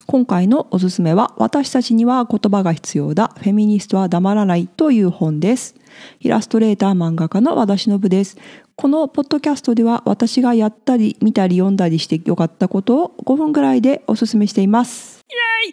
今回のおすすめは、私たちには言葉が必要だ、フェミニストは黙らないという本です。イラストレーター漫画家の和田忍です。このポッドキャストでは、私がやったり見たり読んだりしてよかったことを5分ぐらいでおすすめしています。イエーイ。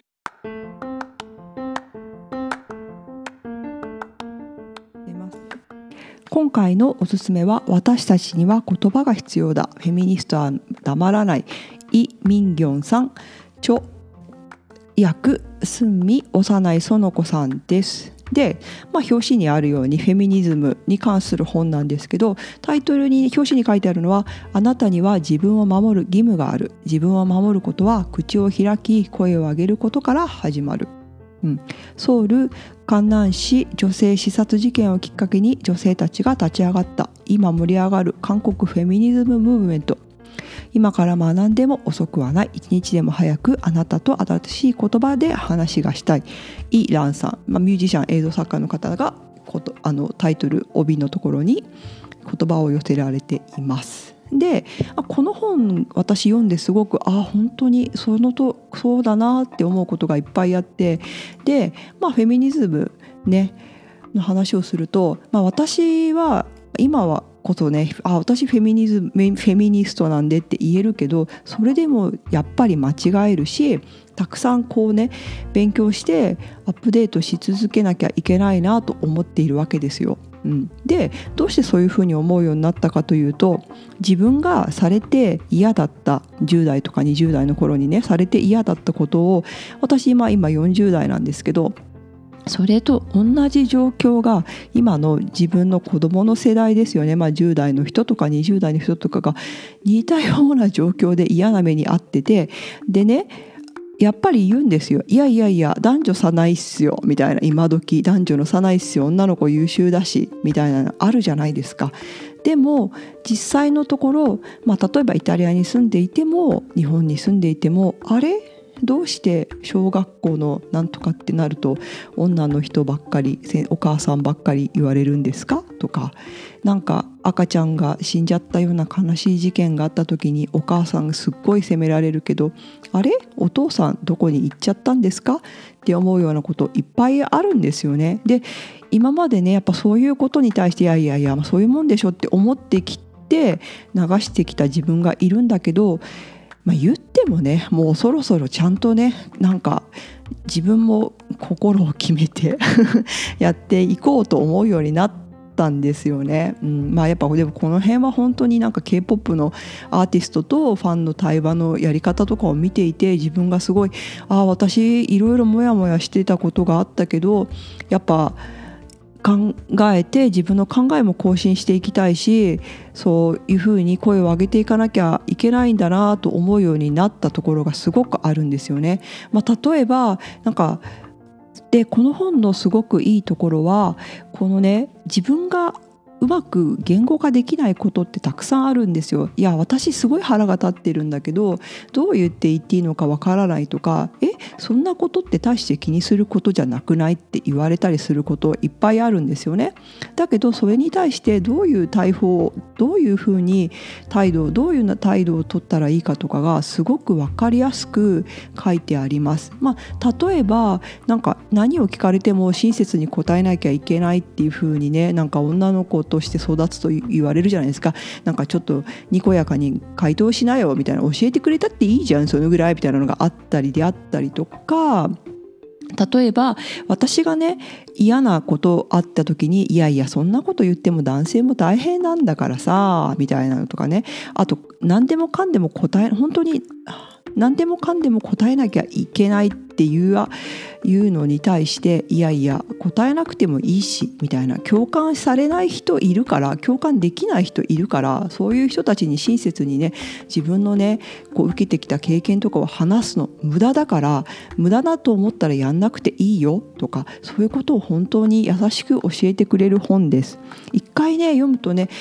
今回のおすすめは、私たちには言葉が必要だ、フェミニストは黙らない、イ・ミンギョンさん、著訳スンミ幼い園子さんです。で、表紙にあるようにフェミニズムに関する本なんですけど、タイトルに表紙に書いてあるのは、あなたには自分を守る義務がある。自分を守ることは口を開き声を上げることから始まる。ソウル・カンナン市女性刺殺事件をきっかけに女性たちが立ち上がった今盛り上がる韓国フェミニズムムーブメント。今から学んでも遅くはない。一日でも早くあなたと新しい言葉で話がしたい。イ・ランさん、ミュージシャン映像作家の方がタイトル帯のところに言葉を寄せられています。で、この本私読んですごく本当にそうだなって思うことがいっぱいあって、で、フェミニズムねの話をすると、私は今はこそね、私フェミニストなんでって言えるけど、それでもやっぱり間違えるし、たくさん勉強してアップデートし続けなきゃいけないなと思っているわけですよ。で、どうしてそういうふうに思うようになったかというと、自分がされて嫌だった10代とか20代の頃にね、されて嫌だったことを、私今40代なんですけど、それと同じ状況が今の自分の子供の世代ですよね。10代の人とか20代の人とかが似たような状況で嫌な目に遭ってて、でね、やっぱり言うんですよ。いや男女差ないっすよみたいな、今時男女の差ないっすよ、女の子優秀だしみたいなのあるじゃないですか。でも実際のところ、例えばイタリアに住んでいても日本に住んでいても、どうして小学校のなんとかってなると女の人ばっかり、お母さんばっかり言われるんですかとか、なんか赤ちゃんが死んじゃったような悲しい事件があった時にお母さんすっごい責められるけど、お父さんどこに行っちゃったんですかって思うようなこといっぱいあるんですよね。で、今までね、やっぱそういうことに対していやそういうもんでしょって思ってきて流してきた自分がいるんだけど、言ってもね、もうそろそろちゃんとね、なんか自分も心を決めてやっていこうと思うようになったんですよね。やっぱでもこの辺は本当になんか K-POP のアーティストとファンの対話のやり方とかを見ていて、自分がすごい私いろいろモヤモヤしてたことがあったけど、やっぱ考えて自分の考えも更新していきたいし、そういうふうに声を上げていかなきゃいけないんだなと思うようになったところがすごくあるんですよね。例えばで、この本のすごくいいところは、このね、自分がうまく言語化できないことってたくさんあるんですよ。私すごい腹が立ってるんだけど、どう言っていいのかわからないとか、そんなことって大して気にすることじゃなくないって言われたりすることいっぱいあるんですよね。だけどそれに対してどういう対応、どういうふうにどういう態度を取ったらいいかとかがすごくわかりやすく書いてあります。例えば何を聞かれても親切に答えなきゃいけないっていうふうにね、女の子として育つと言われるじゃないですか。ちょっとにこやかに回答しなよみたいな、教えてくれたっていいじゃんそのぐらいみたいなのがあったりとか、例えば私がね、嫌なことあった時に、いやそんなこと言っても男性も大変なんだからさみたいなのとかね、あと何でもかんでも本当に何でもかんでも答えなきゃいけないっていうのに対して、いや答えなくてもいいしみたいな、共感されない人いるから、共感できない人いるから、そういう人たちに親切にね、自分のね受けてきた経験とかを話すの無駄だから、無駄だと思ったらやんなくていいよとか、そういうことを本当に優しく教えてくれる本です。一回ね読むとね、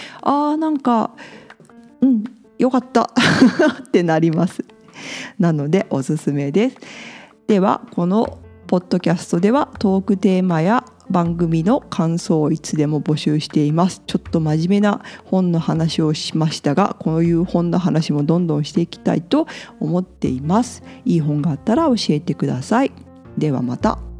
よかったってなります。なのでおすすめです。ではこのポッドキャストではトークテーマや番組の感想をいつでも募集しています。ちょっと真面目な本の話をしましたが、こういう本の話もどんどんしていきたいと思っています。いい本があったら教えてください。ではまた。